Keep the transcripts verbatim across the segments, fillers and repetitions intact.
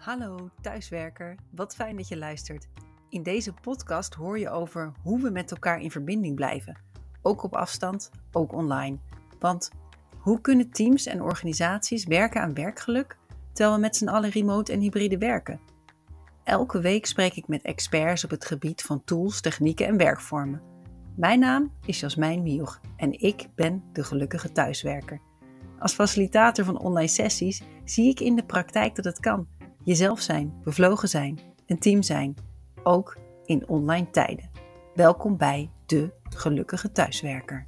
Hallo thuiswerker, wat fijn dat je luistert. In deze podcast hoor je over hoe we met elkaar in verbinding blijven. Ook op afstand, ook online. Want hoe kunnen teams en organisaties werken aan werkgeluk, terwijl we met z'n allen remote en hybride werken? Elke week spreek ik met experts op het gebied van tools, technieken en werkvormen. Mijn naam is Jasmijn Mioch en ik ben de gelukkige thuiswerker. Als facilitator van online sessies zie ik in de praktijk dat het kan. Jezelf zijn, bevlogen zijn, een team zijn, ook in online tijden. Welkom bij de gelukkige thuiswerker.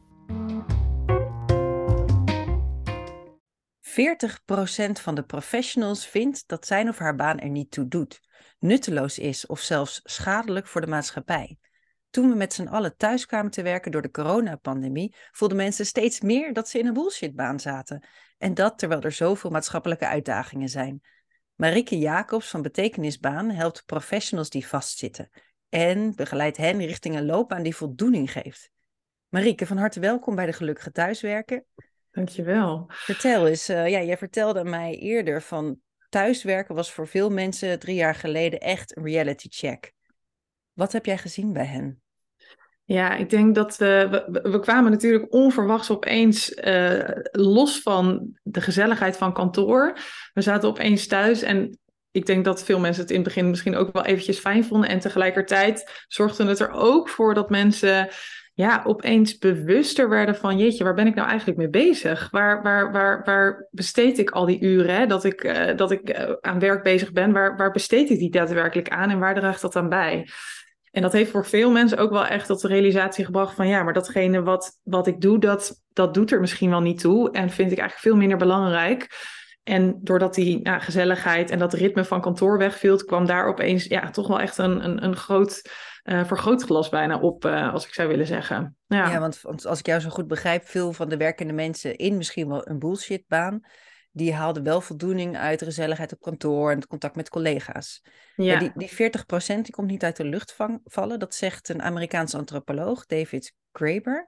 veertig procent van de professionals vindt dat zijn of haar baan er niet toe doet, nutteloos is of zelfs schadelijk voor de maatschappij. Toen we met z'n allen thuis kwamen te werken door de coronapandemie, voelden mensen steeds meer dat ze in een bullshitbaan zaten. En dat terwijl er zoveel maatschappelijke uitdagingen zijn. Marieke Jacobs van Betekenisbaan helpt professionals die vastzitten en begeleidt hen richting een loopbaan die voldoening geeft. Marieke, van harte welkom bij de Gelukkige Thuiswerken. Dankjewel. Vertel eens, uh, ja, jij vertelde mij eerder van thuiswerken was voor veel mensen drie jaar geleden echt een reality check. Wat heb jij gezien bij hen? Ja, ik denk dat we, we, we kwamen natuurlijk onverwachts opeens uh, los van de gezelligheid van kantoor. We zaten opeens thuis en ik denk dat veel mensen het in het begin misschien ook wel eventjes fijn vonden. En tegelijkertijd zorgde het er ook voor dat mensen ja, opeens bewuster werden van jeetje, waar ben ik nou eigenlijk mee bezig? Waar, waar, waar, waar besteed ik al die uren hè, dat ik, uh, dat ik uh, aan werk bezig ben? Waar, waar besteed ik die daadwerkelijk aan en waar draagt dat dan bij? En dat heeft voor veel mensen ook wel echt tot de realisatie gebracht van ja, maar datgene wat, wat ik doe, dat, dat doet er misschien wel niet toe. En vind ik eigenlijk veel minder belangrijk. En doordat die ja, gezelligheid en dat ritme van kantoor wegviel, kwam daar opeens ja, toch wel echt een, een, een groot uh, vergrootglas bijna op, uh, als ik zou willen zeggen. Ja, ja want, want als ik jou zo goed begrijp, veel van de werkende mensen in misschien wel een bullshitbaan, die haalden wel voldoening uit de gezelligheid op kantoor en het contact met collega's. Ja. Ja, die, die veertig procent die komt niet uit de lucht vang, vallen. Dat zegt een Amerikaanse antropoloog, David Graeber.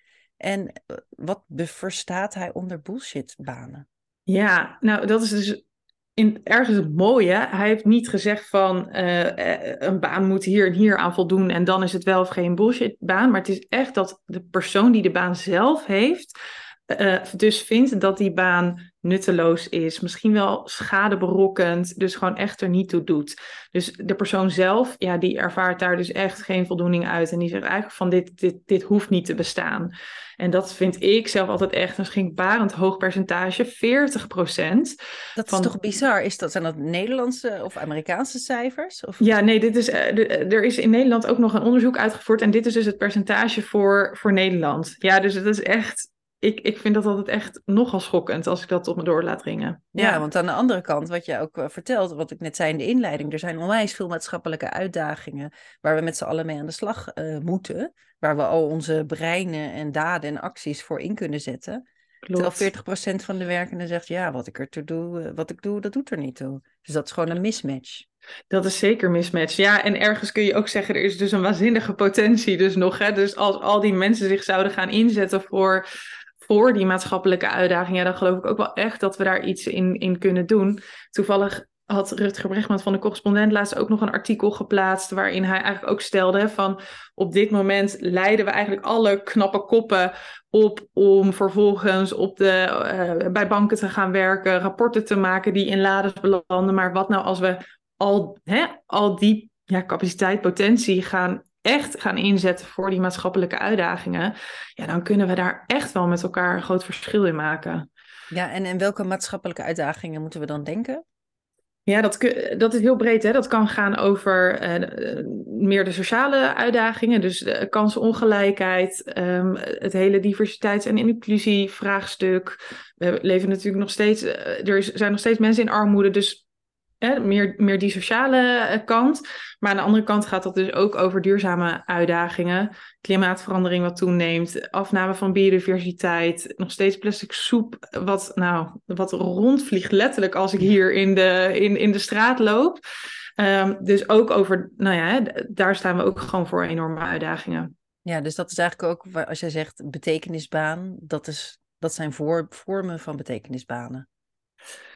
En wat verstaat hij onder bullshitbanen? Ja, nou dat is dus in, ergens het mooie. Hij heeft niet gezegd van uh, een baan moet hier en hier aan voldoen en dan is het wel of geen bullshitbaan. Maar het is echt dat de persoon die de baan zelf heeft, Uh, dus vindt dat die baan nutteloos is, misschien wel schade berokkent, dus gewoon echt er niet toe doet. Dus de persoon zelf, ja, die ervaart daar dus echt geen voldoening uit en die zegt eigenlijk van dit, dit, dit hoeft niet te bestaan. En dat vind ik zelf altijd echt een schrikbarend hoog percentage, veertig procent. Dat is van... toch bizar? Is dat, zijn dat Nederlandse of Amerikaanse cijfers? Of... Ja, nee, dit is, uh, de, er is in Nederland ook nog een onderzoek uitgevoerd en dit is dus het percentage voor, voor Nederland. Ja, dus het is echt... Ik, ik vind dat altijd echt nogal schokkend als ik dat op me door laat dringen. Ja, ja, want aan de andere kant, wat je ook uh, vertelt, wat ik net zei in de inleiding, er zijn onwijs veel maatschappelijke uitdagingen waar we met z'n allen mee aan de slag uh, moeten, waar we al onze breinen en daden en acties voor in kunnen zetten. Klopt. Terwijl veertig procent van de werkenden zegt, ja, wat ik er toe doe, uh, wat ik doe, dat doet er niet toe. Dus dat is gewoon een mismatch. Dat is zeker een mismatch. Ja, en ergens kun je ook zeggen, er is dus een waanzinnige potentie dus nog. Hè? Dus als al die mensen zich zouden gaan inzetten voor... voor die maatschappelijke uitdaging, ja, dan geloof ik ook wel echt dat we daar iets in, in kunnen doen. Toevallig had Rutger Bregman van de Correspondent laatst ook nog een artikel geplaatst waarin hij eigenlijk ook stelde van op dit moment leiden we eigenlijk alle knappe koppen op om vervolgens op de, uh, bij banken te gaan werken, rapporten te maken die in lades belanden. Maar wat nou als we al, hè, al die ja, capaciteit, potentie gaan echt gaan inzetten voor die maatschappelijke uitdagingen, ja, dan kunnen we daar echt wel met elkaar een groot verschil in maken. Ja, en, en welke maatschappelijke uitdagingen moeten we dan denken? Ja, dat, dat is heel breed. Hè? Dat kan gaan over uh, meer de sociale uitdagingen, dus de kansenongelijkheid, um, het hele diversiteits- en inclusievraagstuk. We leven natuurlijk nog steeds, uh, er is, zijn nog steeds mensen in armoede, dus Hè, meer, meer die sociale kant. Maar aan de andere kant gaat dat dus ook over duurzame uitdagingen. Klimaatverandering wat toeneemt. Afname van biodiversiteit. Nog steeds plastic soep wat, nou, wat rondvliegt letterlijk als ik hier in de, in, in de straat loop. Um, dus ook over, nou ja, daar staan we ook gewoon voor enorme uitdagingen. Ja, dus dat is eigenlijk ook, als jij zegt betekenisbaan, dat, is, dat zijn voor, vormen van betekenisbanen.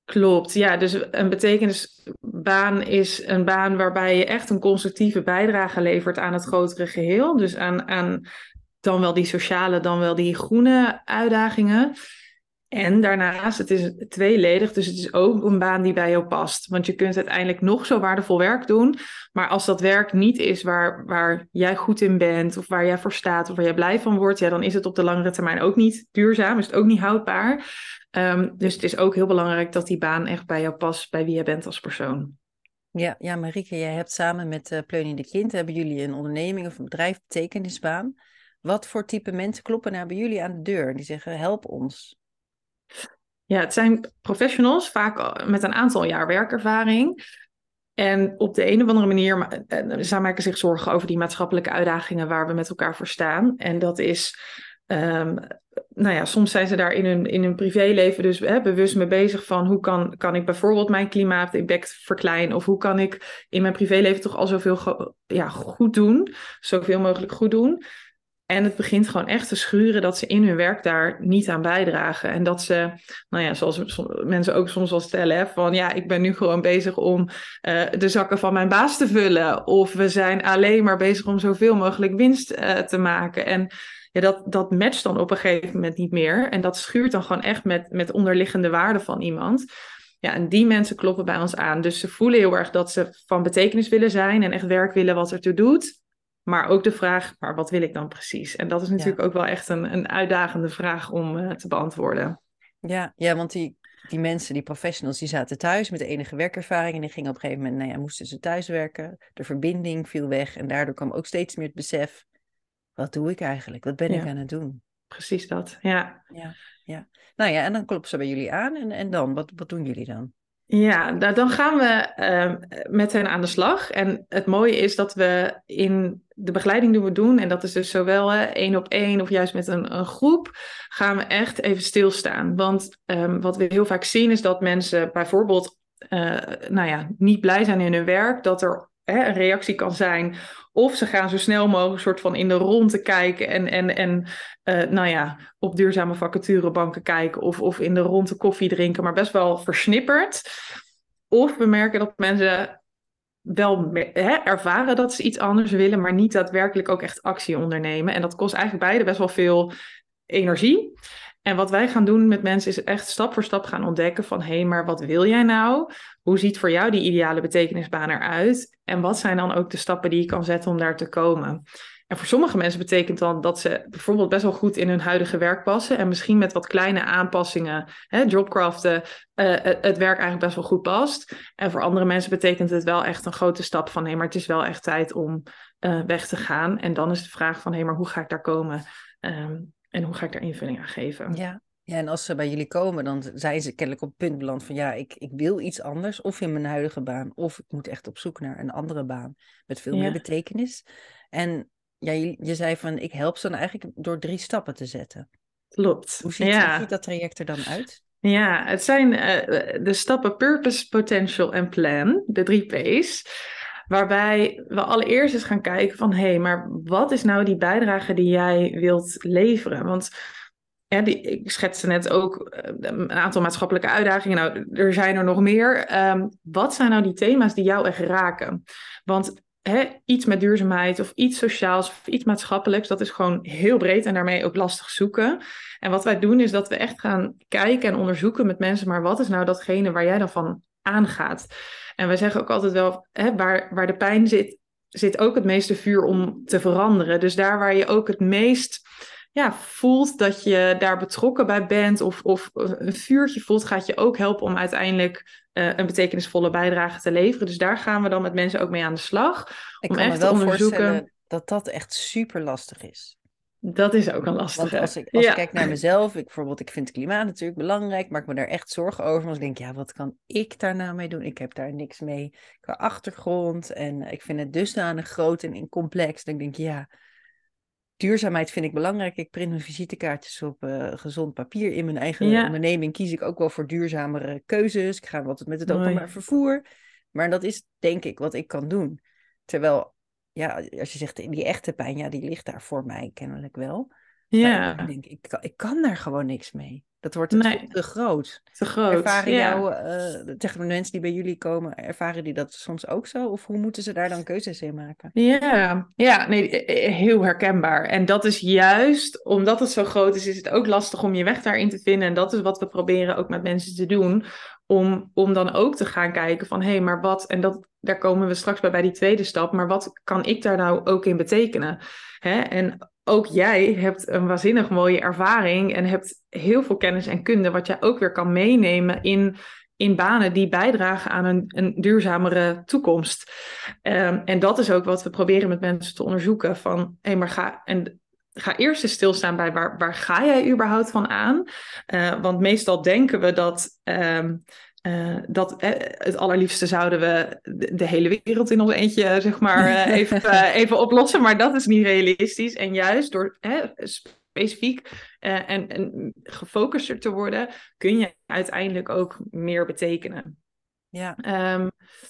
Klopt, ja. Dus een betekenisbaan is een baan waarbij je echt een constructieve bijdrage levert aan het grotere geheel. Dus aan, aan dan wel die sociale, dan wel die groene uitdagingen. En daarnaast, het is tweeledig, dus het is ook een baan die bij jou past. Want je kunt uiteindelijk nog zo waardevol werk doen. Maar als dat werk niet is waar, waar jij goed in bent, of waar jij voor staat, of waar jij blij van wordt, ja, dan is het op de langere termijn ook niet duurzaam, is het ook niet houdbaar. Um, dus het is ook heel belangrijk dat die baan echt bij jou past, bij wie jij bent als persoon. Ja, ja, Marieke, jij hebt samen met uh, Pleunie de Kind, hebben jullie een onderneming of een bedrijf, betekenisbaan. Wat voor type mensen kloppen nou bij jullie aan de deur? Die zeggen, help ons. Ja, het zijn professionals, vaak met een aantal jaar werkervaring. En op de een of andere manier, zij maken zich zorgen over die maatschappelijke uitdagingen waar we met elkaar voor staan. En dat is, um, nou ja, soms zijn ze daar in hun, in hun privéleven dus hè, bewust mee bezig van hoe kan, kan ik bijvoorbeeld mijn klimaatimpact verkleinen? Of hoe kan ik in mijn privéleven toch al zoveel go- ja, goed doen, zoveel mogelijk goed doen? En het begint gewoon echt te schuren dat ze in hun werk daar niet aan bijdragen. En dat ze, nou ja, zoals mensen ook soms wel stellen, hè, van ja, ik ben nu gewoon bezig om uh, de zakken van mijn baas te vullen. Of we zijn alleen maar bezig om zoveel mogelijk winst uh, te maken. En ja, dat, dat matcht dan op een gegeven moment niet meer. En dat schuurt dan gewoon echt met, met onderliggende waarden van iemand. Ja, en die mensen kloppen bij ons aan. Dus ze voelen heel erg dat ze van betekenis willen zijn en echt werk willen wat ertoe doet. Maar ook de vraag, maar wat wil ik dan precies? En dat is natuurlijk Ja, ook wel echt een, een uitdagende vraag om uh, te beantwoorden. ja, ja, want die, die mensen, die professionals, die zaten thuis met de enige werkervaring. En die gingen op een gegeven moment, nou ja, moesten ze thuiswerken. De verbinding viel weg. En daardoor kwam ook steeds meer het besef, wat doe ik eigenlijk? Wat ben ik Ja, aan het doen? precies dat. Ja. Ja, ja. Nou ja, en dan kloppen ze bij jullie aan. En, en dan, wat, wat doen jullie dan? Ja, nou, dan gaan we uh, met hen aan de slag. En het mooie is dat we in de begeleiding die we doen, en dat is dus zowel uh, één op één of juist met een, een groep, gaan we echt even stilstaan. Want um, wat we heel vaak zien is dat mensen bijvoorbeeld uh, nou ja, niet blij zijn in hun werk, dat er hè, een reactie kan zijn. Of ze gaan zo snel mogelijk soort van in de ronde kijken en, en, en uh, nou ja, op duurzame vacaturebanken kijken of, of in de ronde koffie drinken, maar best wel versnipperd. Of we merken dat mensen wel hè, ervaren dat ze iets anders willen, maar niet daadwerkelijk ook echt actie ondernemen. En dat kost eigenlijk beide best wel veel energie. En wat wij gaan doen met mensen is echt stap voor stap gaan ontdekken van hé, hey, maar wat wil jij nou? Hoe ziet voor jou die ideale betekenisbaan eruit? En wat zijn dan ook de stappen die je kan zetten om daar te komen? En voor sommige mensen betekent dan dat ze bijvoorbeeld best wel goed in hun huidige werk passen en misschien met wat kleine aanpassingen, hè, jobcraften, uh, het werk eigenlijk best wel goed past. En voor andere mensen betekent het wel echt een grote stap van hé, hey, maar het is wel echt tijd om uh, weg te gaan. En dan is de vraag van hé, hey, maar hoe ga ik daar komen? Um, En hoe ga ik daar invulling aan geven? Ja. Ja, en als ze bij jullie komen, dan zijn ze kennelijk op het punt beland van ja, ik, ik wil iets anders. Of in mijn huidige baan, of ik moet echt op zoek naar een andere baan met veel meer Ja, betekenis. En ja, je, je zei van ik help ze dan eigenlijk door drie stappen te zetten. klopt. Hoe ziet, hoe ziet Ja, dat traject er dan uit? ja, het zijn uh, de stappen Purpose, Potential en Plan, de drie P's. Waarbij we allereerst eens gaan kijken van hé, hey, maar wat is nou die bijdrage die jij wilt leveren? Want ja, die, ik schetste net ook uh, een aantal maatschappelijke uitdagingen. Nou, er zijn er nog meer. Um, wat zijn nou die thema's die jou echt raken? Want hè, iets met duurzaamheid of iets sociaals of iets maatschappelijks, dat is gewoon heel breed en daarmee ook lastig zoeken. En wat wij doen is dat we echt gaan kijken en onderzoeken met mensen, maar wat is nou datgene waar jij dan van aangaat? En wij zeggen ook altijd wel, hè, waar, waar de pijn zit, zit ook het meeste vuur om te veranderen. Dus daar waar je ook het meest ja, voelt dat je daar betrokken bij bent of, of een vuurtje voelt, gaat je ook helpen om uiteindelijk uh, een betekenisvolle bijdrage te leveren. Dus daar gaan we dan met mensen ook mee aan de slag. Ik Om kan me echt te wel onderzoeken. voorstellen dat dat echt super lastig is. Dat is ook een Want lastige. als ik, als ik Ja, kijk naar mezelf, ik, bijvoorbeeld, ik vind het klimaat natuurlijk belangrijk, maak me daar echt zorgen over. Maar ik denk, ja, wat kan ik daar nou mee doen? Ik heb daar niks mee qua achtergrond en ik vind het dusdanig groot en complex. Dan denk ik, ja, duurzaamheid vind ik belangrijk. Ik print mijn visitekaartjes op uh, gezond papier. In mijn eigen ja, onderneming kies ik ook wel voor duurzamere keuzes. Ik ga altijd met het mooi. openbaar vervoer. Maar dat is denk ik wat ik kan doen. Terwijl, ja, als je zegt die echte pijn, ja, die ligt daar voor mij kennelijk wel. Maar ik Ja, denk, ik, kan- ik kan daar gewoon niks mee. Dat wordt, het voelt nee, te groot. te groot. Ervaren Ja. jou, eh tegen de mensen die bij jullie komen, ervaren die dat soms ook zo? Of hoe moeten ze daar dan keuzes in maken? Ja, ja, nee, eh, eh, heel herkenbaar. En dat is juist, omdat het zo groot is, is het ook lastig om je weg daarin te vinden. En dat is wat we proberen ook met mensen te doen. Om, om dan ook te gaan kijken van, hé, hey, maar wat, en dat, daar komen we straks bij, bij die tweede stap, maar wat kan ik daar nou ook in betekenen? Hè? En ook jij hebt een waanzinnig mooie ervaring en hebt heel veel kennis en kunde, wat jij ook weer kan meenemen in in banen die bijdragen aan een, een duurzamere toekomst. Um, en dat is ook wat we proberen met mensen te onderzoeken. Van, hé, hey, maar ga, en ga eerst eens stilstaan bij waar, waar ga jij überhaupt van aan? Uh, want meestal denken we dat... Um, Uh, dat eh, het allerliefste zouden we de, de hele wereld in ons eentje, zeg maar, uh, even, uh, even oplossen. Maar dat is niet realistisch. En juist door eh, specifiek uh, en, en gefocuster te worden, kun je uiteindelijk ook meer betekenen. Ja. Um,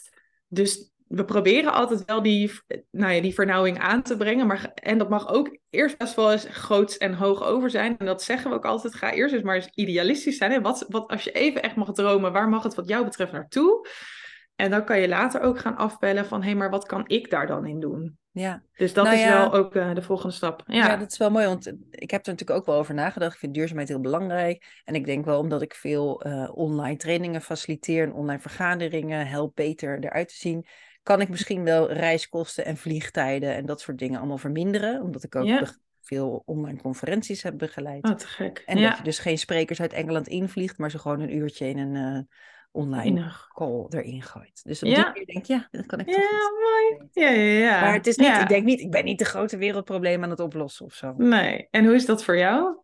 dus we proberen altijd wel die, nou ja, die vernauwing aan te brengen. Maar, en dat mag ook eerst best wel eens groots en hoog over zijn. En dat zeggen we ook altijd. Ga eerst eens maar eens idealistisch zijn. Hè? Wat, wat, als je even echt mag dromen, waar mag het wat jou betreft naartoe? En dan kan je later ook gaan afbellen van... hé, hey, maar wat kan ik daar dan in doen? Ja. Dus dat Nou is ja, wel ook uh, de volgende stap. Ja. ja, dat is wel mooi, want ik heb er natuurlijk ook wel over nagedacht. Ik vind duurzaamheid heel belangrijk. En ik denk wel, omdat ik veel uh, online trainingen faciliteer en online vergaderingen help beter eruit te zien, kan ik misschien wel reiskosten en vliegtijden en dat soort dingen allemaal verminderen. Omdat ik ook Ja. veel online conferenties heb begeleid. Oh, te gek. En ja. dat je dus geen sprekers uit Engeland invliegt, maar ze gewoon een uurtje in een uh, online Enig. call erin gooit. Dus op ja. die manier denk ik, ja, dat kan ik ja, toch iets. mooi. Ja, ja, ja. Maar het is niet, ja. ik denk niet, ik ben niet de grote wereldprobleem aan het oplossen of zo. Nee. En hoe is dat voor jou?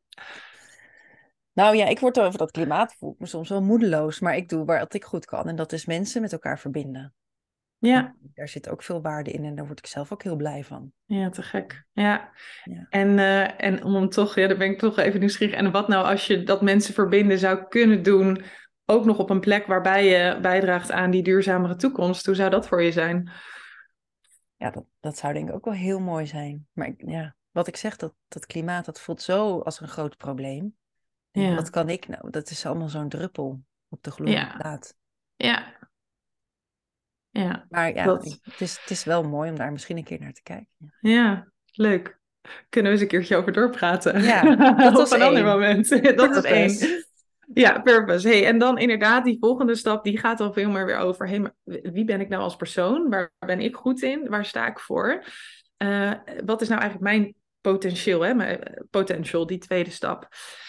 Nou ja, ik word over dat klimaat voel ik me soms wel moedeloos, maar ik doe wat ik goed kan en dat is mensen met elkaar verbinden. Ja. En daar zit ook veel waarde in en daar word ik zelf ook heel blij van. Ja, te gek. Ja. Ja. En, uh, en om hem toch, ja, daar ben ik toch even nieuwsgierig. En wat nou als je dat mensen verbinden zou kunnen doen, ook nog op een plek waarbij je bijdraagt aan die duurzamere toekomst? Hoe zou dat voor je zijn? Ja, dat, dat zou denk ik ook wel heel mooi zijn. Maar ik, ja, wat ik zeg, dat, dat klimaat, dat voelt zo als een groot probleem. Ja. Wat kan ik nou? Dat is allemaal zo'n druppel op de gloeiende Ja. plaat. Ja. Ja. Maar ja, Dat... ik, het, is, het is wel mooi om daar misschien een keer naar te kijken. Ja, ja. Leuk. Kunnen we eens een keertje over doorpraten? ja dat was op een één. ander moment. dat Purpose. is één. Ja, purpose. Hey, en dan inderdaad, die volgende stap, die gaat al veel meer weer over, hey, maar wie ben ik nou als persoon? Waar ben ik goed in? Waar sta ik voor? Uh, wat is nou eigenlijk mijn potentieel, hè? Mijn potential, die tweede stap.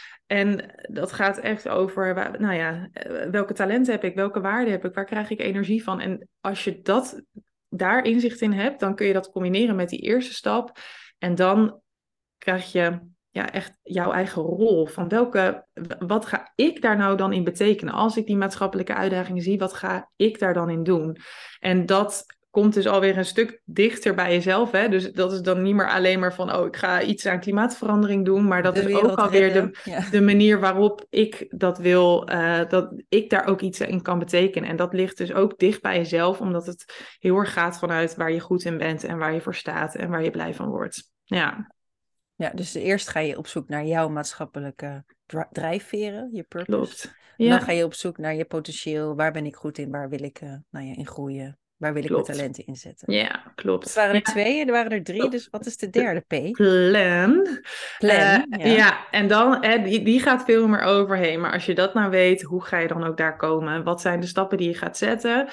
En dat gaat echt over, nou ja, welke talenten heb ik? Welke waarden heb ik? Waar krijg ik energie van? En als je dat, daar inzicht in hebt, dan kun je dat combineren met die eerste stap. En dan krijg je ja, echt jouw eigen rol. Van welke, wat ga ik daar nou dan in betekenen? Als ik die maatschappelijke uitdagingen zie, wat ga ik daar dan in doen? En dat komt dus alweer een stuk dichter bij jezelf. Hè? Dus dat is dan niet meer alleen maar van, oh, ik ga iets aan klimaatverandering doen. Maar dat de is ook alweer de, ja. de manier waarop ik dat wil, uh, dat ik daar ook iets in kan betekenen. En dat ligt dus ook dicht bij jezelf, omdat het heel erg gaat vanuit waar je goed in bent en waar je voor staat en waar je blij van wordt. Ja. Ja, dus eerst ga je op zoek naar jouw maatschappelijke drijfveren, je purpose. Klopt. Ja. En dan ga je op zoek naar je potentieel. Waar ben ik goed in? Waar wil ik uh, nou ja, in groeien? Waar wil ik klopt. mijn talenten inzetten? Ja, klopt. Dat waren er ja. twee, er waren er drie. Klopt. Dus wat is de derde P? Plan. Plan, uh, ja. ja. En dan, eh, die, die gaat veel meer overheen. Maar als je dat nou weet, hoe ga je dan ook daar komen? Wat zijn de stappen die je gaat zetten?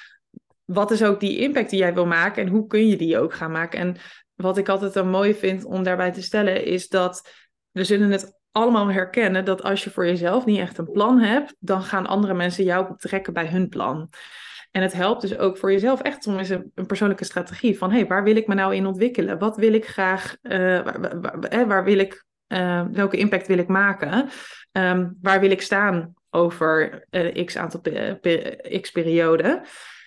Wat is ook die impact die jij wil maken? En hoe kun je die ook gaan maken? En wat ik altijd dan mooi vind om daarbij te stellen, is dat we zullen het allemaal herkennen dat als je voor jezelf niet echt een plan hebt, dan gaan andere mensen jou betrekken bij hun plan. En het helpt dus ook voor jezelf echt om eens een, een persoonlijke strategie van, hé, hey, waar wil ik me nou in ontwikkelen? Wat wil ik graag, uh, waar, waar, waar wil ik, uh, welke impact wil ik maken? Um, waar wil ik staan over uh, x aantal pe- pe- x periode?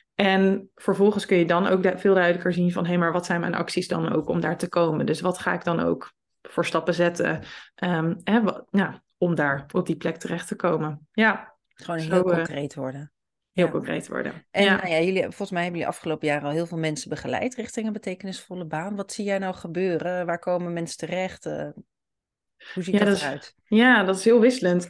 En vervolgens kun je dan ook veel duidelijker zien van, hé, hey, maar wat zijn mijn acties dan ook om daar te komen? Dus wat ga ik dan ook voor stappen zetten um, hè, wat, ja, om daar op die plek terecht te komen? Ja. Gewoon zo, heel concreet worden. Heel ja. concreet worden. En ja. Nou ja, jullie, volgens mij hebben jullie afgelopen jaren al heel veel mensen begeleid richting een betekenisvolle baan. Wat zie jij nou gebeuren? Waar komen mensen terecht? Uh... Hoe ziet Ja, dat dat is, eruit? ja, dat is heel wisselend.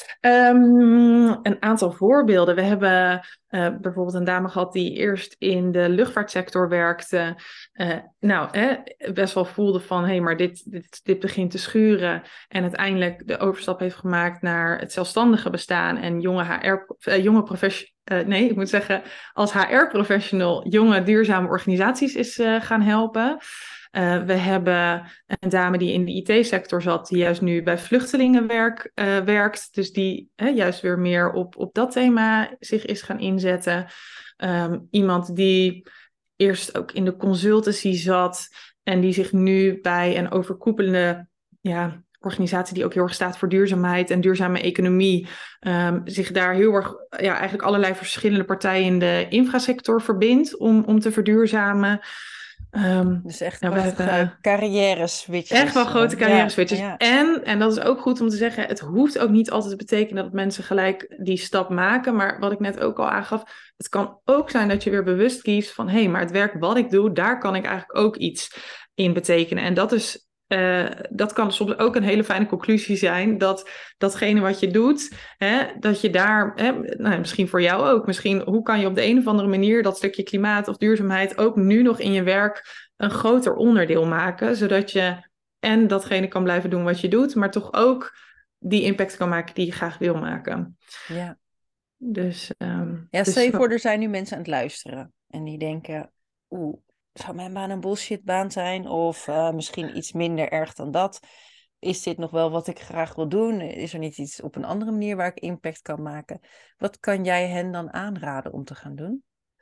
Ehm, een aantal voorbeelden. We hebben eh, bijvoorbeeld een dame gehad die eerst in de luchtvaartsector werkte. Eh, nou, hè, best wel voelde van, hé, hey, maar dit, dit, dit begint te schuren. En uiteindelijk de overstap heeft gemaakt naar het zelfstandige bestaan. En jonge H R, eh, jonge professionals. Nee, ik moet zeggen, als H R-professional jonge duurzame organisaties is eh, gaan helpen. Uh, we hebben een dame die in de I T-sector zat, die juist nu bij vluchtelingenwerk uh, werkt. Dus die hè, juist weer meer op, op dat thema zich is gaan inzetten. Um, iemand die eerst ook in de consultancy zat en die zich nu bij een overkoepelende ja, organisatie die ook heel erg staat voor duurzaamheid en duurzame economie, um, zich daar heel erg, ja, eigenlijk allerlei verschillende partijen in de infrasector verbindt om, om te verduurzamen. Um, Dus echt nou, we prachtige hebben carrière echt wel switches. Uh, grote carrière ja, switches. ja, En, en dat is ook goed om te zeggen, het hoeft ook niet altijd te betekenen dat mensen gelijk die stap maken. Maar wat ik net ook al aangaf, het kan ook zijn dat je weer bewust kiest van, hé, hey, maar het werk wat ik doe, daar kan ik eigenlijk ook iets in betekenen. En dat is Uh, dat kan soms ook een hele fijne conclusie zijn, dat datgene wat je doet, hè, dat je daar, hè, nou, misschien voor jou ook, misschien hoe kan je op de een of andere manier dat stukje klimaat of duurzaamheid ook nu nog in je werk een groter onderdeel maken, zodat je en datgene kan blijven doen wat je doet, maar toch ook die impact kan maken die je graag wil maken. ja. Dus, um, Ja, stel dus je voor, er zijn nu mensen aan het luisteren en die denken, oeh, zou mijn baan een bullshitbaan zijn? Of uh, misschien iets minder erg dan dat? Is dit nog wel wat ik graag wil doen? Is er niet iets op een andere manier waar ik impact kan maken? Wat kan jij hen dan aanraden om te gaan doen?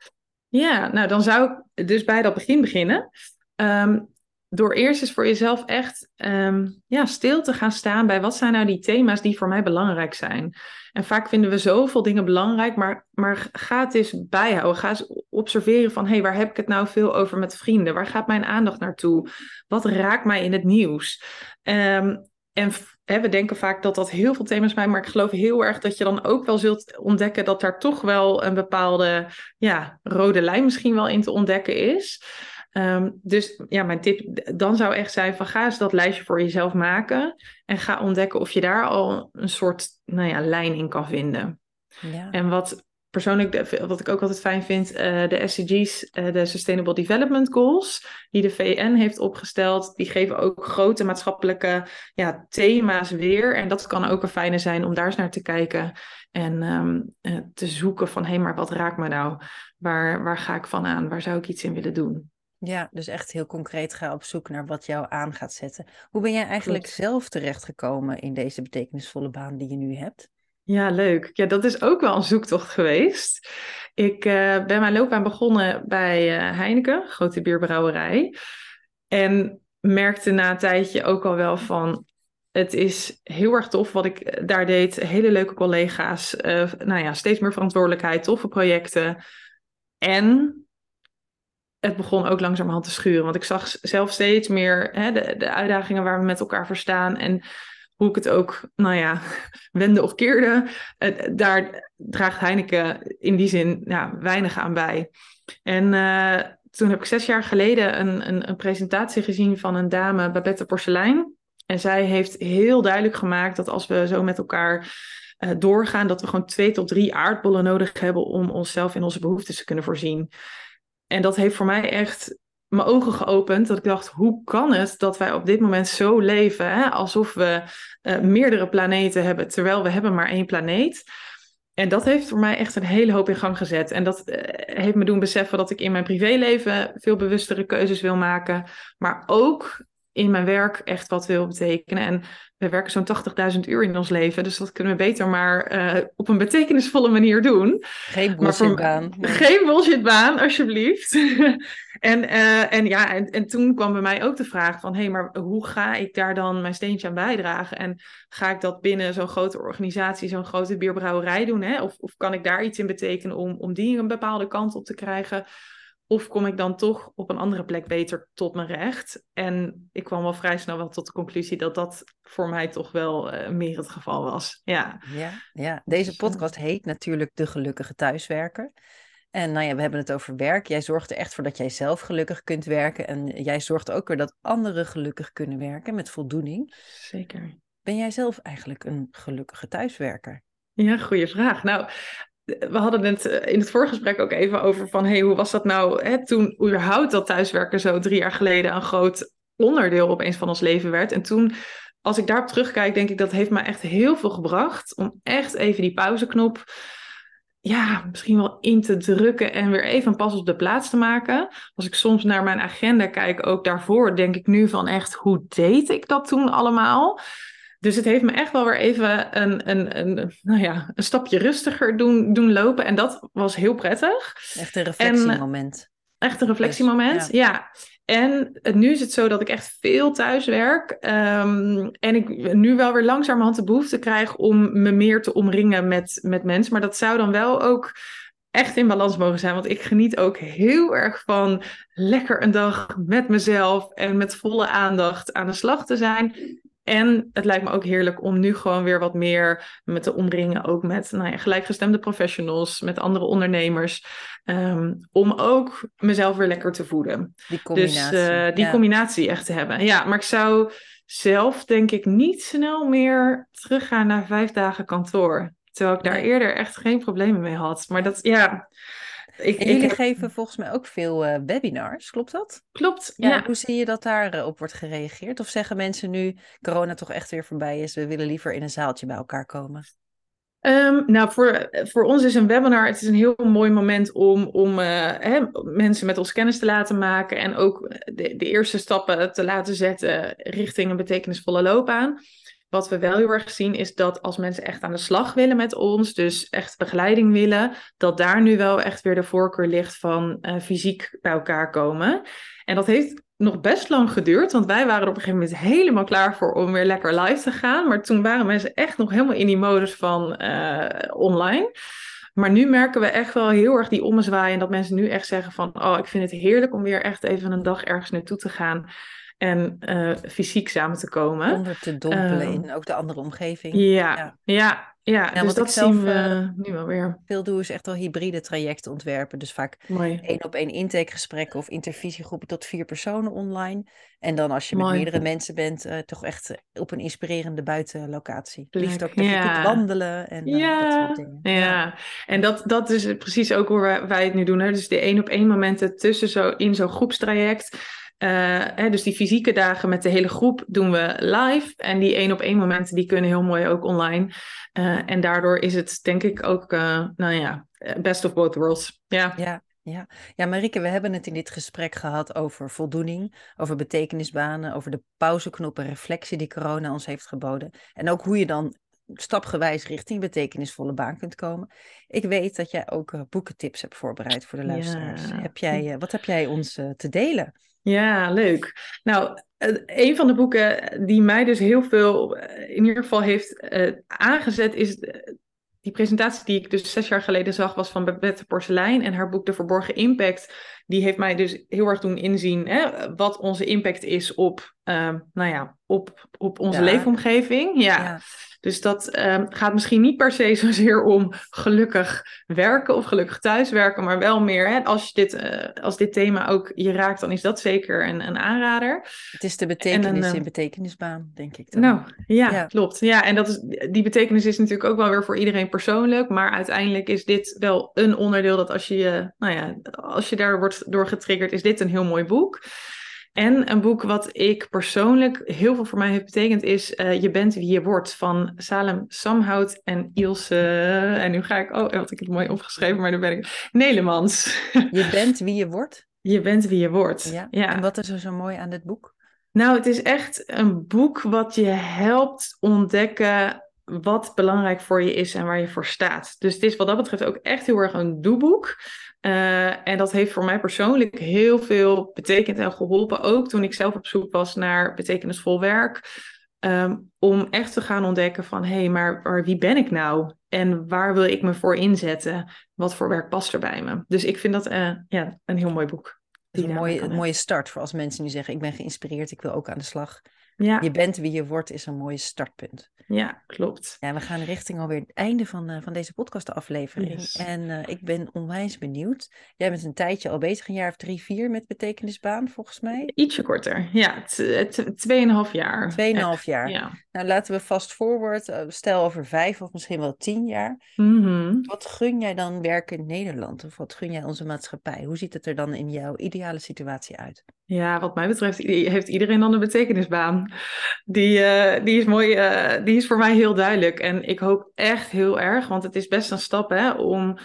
Ja, nou dan zou ik dus bij dat begin beginnen. Um, door eerst eens voor jezelf echt um, ja, stil te gaan staan bij wat zijn nou die thema's die voor mij belangrijk zijn. En vaak vinden we zoveel dingen belangrijk, maar, maar ga het eens bijhouden. Ga eens observeren van, hé, hey, waar heb ik het nou veel over met vrienden? Waar gaat mijn aandacht naartoe? Wat raakt mij in het nieuws? Um, en hè, we denken vaak dat dat heel veel thema's zijn, maar ik geloof heel erg dat je dan ook wel zult ontdekken dat daar toch wel een bepaalde ja, rode lijn misschien wel in te ontdekken is. Um, dus ja, mijn tip dan zou echt zijn van ga eens dat lijstje voor jezelf maken en ga ontdekken of je daar al een soort nou ja, lijn in kan vinden. Ja. En wat persoonlijk, wat ik ook altijd fijn vind, uh, de S D G's, uh, de Sustainable Development Goals, die de V N heeft opgesteld, die geven ook grote maatschappelijke ja, thema's weer. En dat kan ook een fijne zijn om daar eens naar te kijken en um, uh, te zoeken van, hé, hey, maar wat raakt me nou? Waar, waar ga ik van aan? Waar zou ik iets in willen doen? Ja, dus echt heel concreet ga op zoek naar wat jou aan gaat zetten. Hoe ben jij eigenlijk Klopt. zelf terechtgekomen in deze betekenisvolle baan die je nu hebt? Ja, leuk. Ja, dat is ook wel een zoektocht geweest. Ik uh, ben mijn loopbaan begonnen bij uh, Heineken, grote bierbrouwerij. En merkte na een tijdje ook al wel van, het is heel erg tof wat ik daar deed. Hele leuke collega's, uh, nou ja, steeds meer verantwoordelijkheid, toffe projecten. En het begon ook langzamerhand te schuren. Want ik zag zelf steeds meer hè, de, de uitdagingen waar we met elkaar voor staan. En hoe ik het ook, nou ja, wende of keerde. Uh, daar draagt Heineken in die zin ja, weinig aan bij. En uh, toen heb ik zes jaar geleden een, een, een presentatie gezien van een dame, Babette Porcelein. En zij heeft heel duidelijk gemaakt dat als we zo met elkaar uh, doorgaan, dat we gewoon twee tot drie aardbollen nodig hebben om onszelf in onze behoeftes te kunnen voorzien. En dat heeft voor mij echt mijn ogen geopend. Dat ik dacht, hoe kan het dat wij op dit moment zo leven? Hè? Alsof we uh, meerdere planeten hebben, terwijl we hebben maar één planeet. En dat heeft voor mij echt een hele hoop in gang gezet. En dat uh, heeft me doen beseffen dat ik in mijn privéleven veel bewustere keuzes wil maken. Maar ook in mijn werk echt wat wil betekenen. En we werken zo'n tachtigduizend uur in ons leven. Dus dat kunnen we beter maar uh, op een betekenisvolle manier doen. Geen bullshitbaan. Nee. Geen bullshitbaan, alsjeblieft. en, uh, en ja, en, en toen kwam bij mij ook de vraag van, hé, hey, maar hoe ga ik daar dan mijn steentje aan bijdragen? En ga ik dat binnen zo'n grote organisatie, zo'n grote bierbrouwerij doen? Hè? Of, of kan ik daar iets in betekenen om, om die een bepaalde kant op te krijgen? Of kom ik dan toch op een andere plek beter tot mijn recht? En ik kwam wel vrij snel wel tot de conclusie dat dat voor mij toch wel uh, meer het geval was. Ja, ja, ja. Deze podcast heet natuurlijk De Gelukkige Thuiswerker. En nou ja, we hebben het over werk. Jij zorgt er echt voor dat jij zelf gelukkig kunt werken. En jij zorgt ook weer dat anderen gelukkig kunnen werken met voldoening. Zeker. Ben jij zelf eigenlijk een gelukkige thuiswerker? Ja, goede vraag. Nou, we hadden het in het voorgesprek ook even over van, hey, hoe was dat nou hè, toen überhaupt dat thuiswerken zo drie jaar geleden een groot onderdeel opeens van ons leven werd. En toen, als ik daarop terugkijk, denk ik dat heeft me echt heel veel gebracht om echt even die pauzeknop, ja, misschien wel in te drukken en weer even een pas op de plaats te maken. Als ik soms naar mijn agenda kijk, ook daarvoor, denk ik nu van echt, hoe deed ik dat toen allemaal? Dus het heeft me echt wel weer even een, een, een, nou ja, een stapje rustiger doen, doen lopen. En dat was heel prettig. Echt een reflectiemoment. En, echt een reflectiemoment, dus, ja. ja. En nu is het zo dat ik echt veel thuis werk. Um, en ik nu wel weer langzamerhand de behoefte krijg om me meer te omringen met, met mensen. Maar dat zou dan wel ook echt in balans mogen zijn. Want ik geniet ook heel erg van lekker een dag met mezelf en met volle aandacht aan de slag te zijn. En het lijkt me ook heerlijk om nu gewoon weer wat meer me te omringen. Ook met nou ja, gelijkgestemde professionals, met andere ondernemers. Um, om ook mezelf weer lekker te voeden. Die combinatie. Dus uh, die ja. combinatie echt te hebben. Ja, maar ik zou zelf denk ik niet snel meer teruggaan naar vijf dagen kantoor. Terwijl ik daar nee. eerder echt geen problemen mee had. Maar dat, ja... Ik, en jullie ik heb... geven volgens mij ook veel uh, webinars, klopt dat? Klopt, ja. ja. Hoe zie je dat daarop uh, wordt gereageerd? Of zeggen mensen nu, corona toch echt weer voorbij is, we willen liever in een zaaltje bij elkaar komen? Um, nou, voor, voor ons is een webinar, het is een heel mooi moment om, om uh, hè, mensen met ons kennis te laten maken en ook de, de eerste stappen te laten zetten richting een betekenisvolle loopbaan. Wat we wel heel erg zien is dat als mensen echt aan de slag willen met ons, dus echt begeleiding willen, dat daar nu wel echt weer de voorkeur ligt van uh, fysiek bij elkaar komen. En dat heeft nog best lang geduurd, want wij waren er op een gegeven moment helemaal klaar voor om weer lekker live te gaan. Maar toen waren mensen echt nog helemaal in die modus van uh, online. Maar nu merken we echt wel heel erg die ommezwaai en dat mensen nu echt zeggen van, oh, ik vind het heerlijk om weer echt even een dag ergens naartoe te gaan. En uh, fysiek samen te komen. Onder te dompelen uh, in ook de andere omgeving. Ja, ja, ja. ja. ja dus dat zelf, zien we uh, nu wel weer. Veel doe is echt wel hybride trajecten ontwerpen. Dus vaak Mooi. één op één intakegesprekken of intervisiegroepen tot vier personen online. En dan als je Mooi. met meerdere mensen bent, uh, toch echt op een inspirerende buitenlocatie. Leuk. Liefst ook dat ja. je kunt wandelen en uh, ja. dat soort dingen. Ja, ja. En dat, dat is precies ook hoe wij, wij het nu doen. Hè? Dus de één op één momenten tussen zo, in zo'n groepstraject. Uh, hè, dus die fysieke dagen met de hele groep doen we live. En die één op één momenten die kunnen heel mooi ook online. Uh, en daardoor is het denk ik ook, uh, nou ja, best of both worlds. Ja. Ja. Ja. ja, Marieke, we hebben het in dit gesprek gehad over voldoening, over betekenisbanen, over de pauzeknop en reflectie die corona ons heeft geboden. En ook hoe je dan stapgewijs richting betekenisvolle baan kunt komen. Ik weet dat jij ook uh, boekentips hebt voorbereid voor de luisteraars. Ja. Heb jij, uh, wat heb jij ons uh, te delen? Ja, leuk. Nou, een van de boeken die mij dus heel veel in ieder geval heeft uh, aangezet is die presentatie die ik dus zes jaar geleden zag was van Babette Porcelein en haar boek De Verborgen Impact. Die heeft mij dus heel erg doen inzien hè, wat onze impact is op, uh, nou ja, op, op onze ja. leefomgeving. Ja. ja. Dus dat uh, gaat misschien niet per se zozeer om gelukkig werken of gelukkig thuiswerken, maar wel meer, hè, als, je dit, uh, als dit thema ook je raakt, dan is dat zeker een, een aanrader. Het is de betekenis een, uh, in betekenisbaan, denk ik dan. Nou, ja, ja, klopt. Ja, en dat is, die betekenis is natuurlijk ook wel weer voor iedereen persoonlijk, maar uiteindelijk is dit wel een onderdeel dat als je, nou ja, als je daar wordt door getriggerd, is dit een heel mooi boek. En een boek wat ik persoonlijk heel veel voor mij heeft betekend is uh, Je bent wie je wordt van Salem Samhout en Ilse, en nu ga ik, oh, had ik het mooi opgeschreven, maar nu ben ik, Nelemans. Je bent wie je wordt? Je bent wie je wordt, ja. ja. En wat is er zo mooi aan dit boek? Nou, het is echt een boek wat je helpt ontdekken wat belangrijk voor je is en waar je voor staat. Dus het is wat dat betreft ook echt heel erg een doeboek. Uh, en dat heeft voor mij persoonlijk heel veel betekend en geholpen. Ook toen ik zelf op zoek was naar betekenisvol werk. Um, om echt te gaan ontdekken van, hé, hey, maar, maar wie ben ik nou? En waar wil ik me voor inzetten? Wat voor werk past er bij me? Dus ik vind dat uh, ja, een heel mooi boek. Dat is een mooie, een mooie start voor als mensen nu zeggen, ik ben geïnspireerd, ik wil ook aan de slag. Ja. Je bent wie je wordt is een mooi startpunt. Ja, klopt. Ja, we gaan richting alweer het einde van, uh, van deze podcastaflevering. Yes. En uh, ik ben onwijs benieuwd. Jij bent een tijdje al bezig, een jaar of drie, vier met betekenisbaan, volgens mij. Ietsje korter, ja. t- t- Tweeënhalf jaar. Tweeënhalf jaar. Ja. Nou, laten we fast forward, uh, stel over vijf of misschien wel tien jaar. Mm-hmm. Wat gun jij dan werken in Nederland? Of wat gun jij onze maatschappij? Hoe ziet het er dan in jouw ideale situatie uit? Ja, wat mij betreft heeft iedereen dan een betekenisbaan. Die, uh, die is mooi, uh, die is voor mij heel duidelijk. En ik hoop echt heel erg, want het is best een stap hè, om,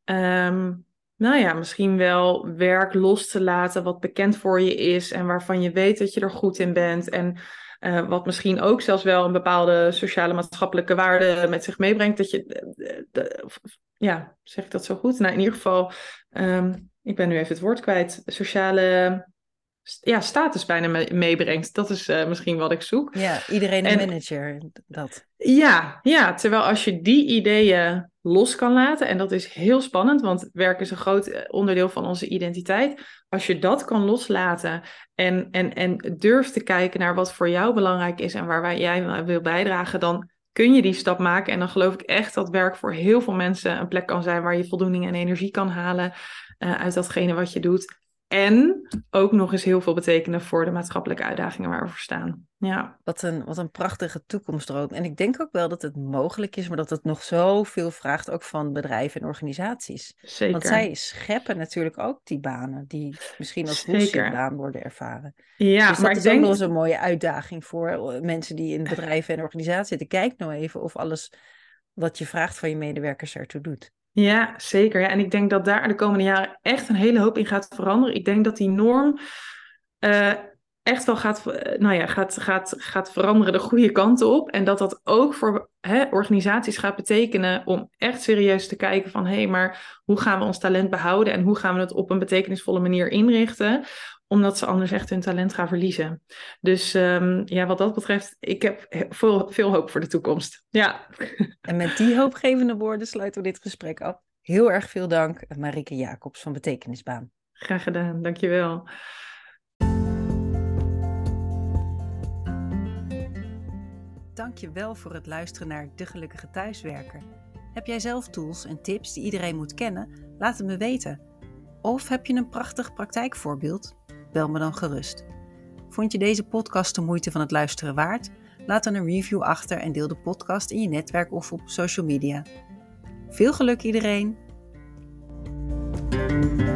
um, nou ja, misschien wel werk los te laten wat bekend voor je is en waarvan je weet dat je er goed in bent. En uh, wat misschien ook zelfs wel een bepaalde sociale maatschappelijke waarde met zich meebrengt. Dat je, de, de, ja, zeg ik dat zo goed? Nou, in ieder geval, um, ik ben nu even het woord kwijt, sociale... ja, status bijna meebrengt. Dat is uh, misschien wat ik zoek. Ja, iedereen een en, manager, dat. Ja, ja, terwijl als je die ideeën los kan laten, en dat is heel spannend, want werk is een groot onderdeel van onze identiteit. Als je dat kan loslaten en, en, en durft te kijken naar wat voor jou belangrijk is en waar jij wil bijdragen, dan kun je die stap maken. En dan geloof ik echt dat werk voor heel veel mensen een plek kan zijn waar je voldoening en energie kan halen uh, uit datgene wat je doet. En ook nog eens heel veel betekenen voor de maatschappelijke uitdagingen waar we voor staan. Ja. Wat een, wat een prachtige toekomstroom. En ik denk ook wel dat het mogelijk is, maar dat het nog zoveel vraagt ook van bedrijven en organisaties. Zeker. Want zij scheppen natuurlijk ook die banen die misschien als bullshitbaan worden ervaren. Ja, dus dat maar is ik denk... ook nog eens een mooie uitdaging voor mensen die in bedrijven en organisaties zitten. Kijk nou even of alles wat je vraagt van je medewerkers ertoe doet. Ja, zeker. Ja. En ik denk dat daar de komende jaren echt een hele hoop in gaat veranderen. Ik denk dat die norm uh, echt wel gaat, nou ja, gaat, gaat, gaat veranderen de goede kanten op. En dat dat ook voor hè, organisaties gaat betekenen om echt serieus te kijken van... hé, hey, maar hoe gaan we ons talent behouden en hoe gaan we het op een betekenisvolle manier inrichten... omdat ze anders echt hun talent gaan verliezen. Dus um, ja, wat dat betreft, ik heb veel, veel hoop voor de toekomst. Ja. En met die hoopgevende woorden sluiten we dit gesprek af. Heel erg veel dank, Marieke Jacobs van Betekenisbaan. Graag gedaan, dankjewel. Dankjewel voor het luisteren naar De Gelukkige Thuiswerker. Heb jij zelf tools en tips die iedereen moet kennen? Laat het me weten. Of heb je een prachtig praktijkvoorbeeld? Bel me dan gerust. Vond je deze podcast de moeite van het luisteren waard? Laat dan een review achter en deel de podcast in je netwerk of op social media. Veel geluk iedereen!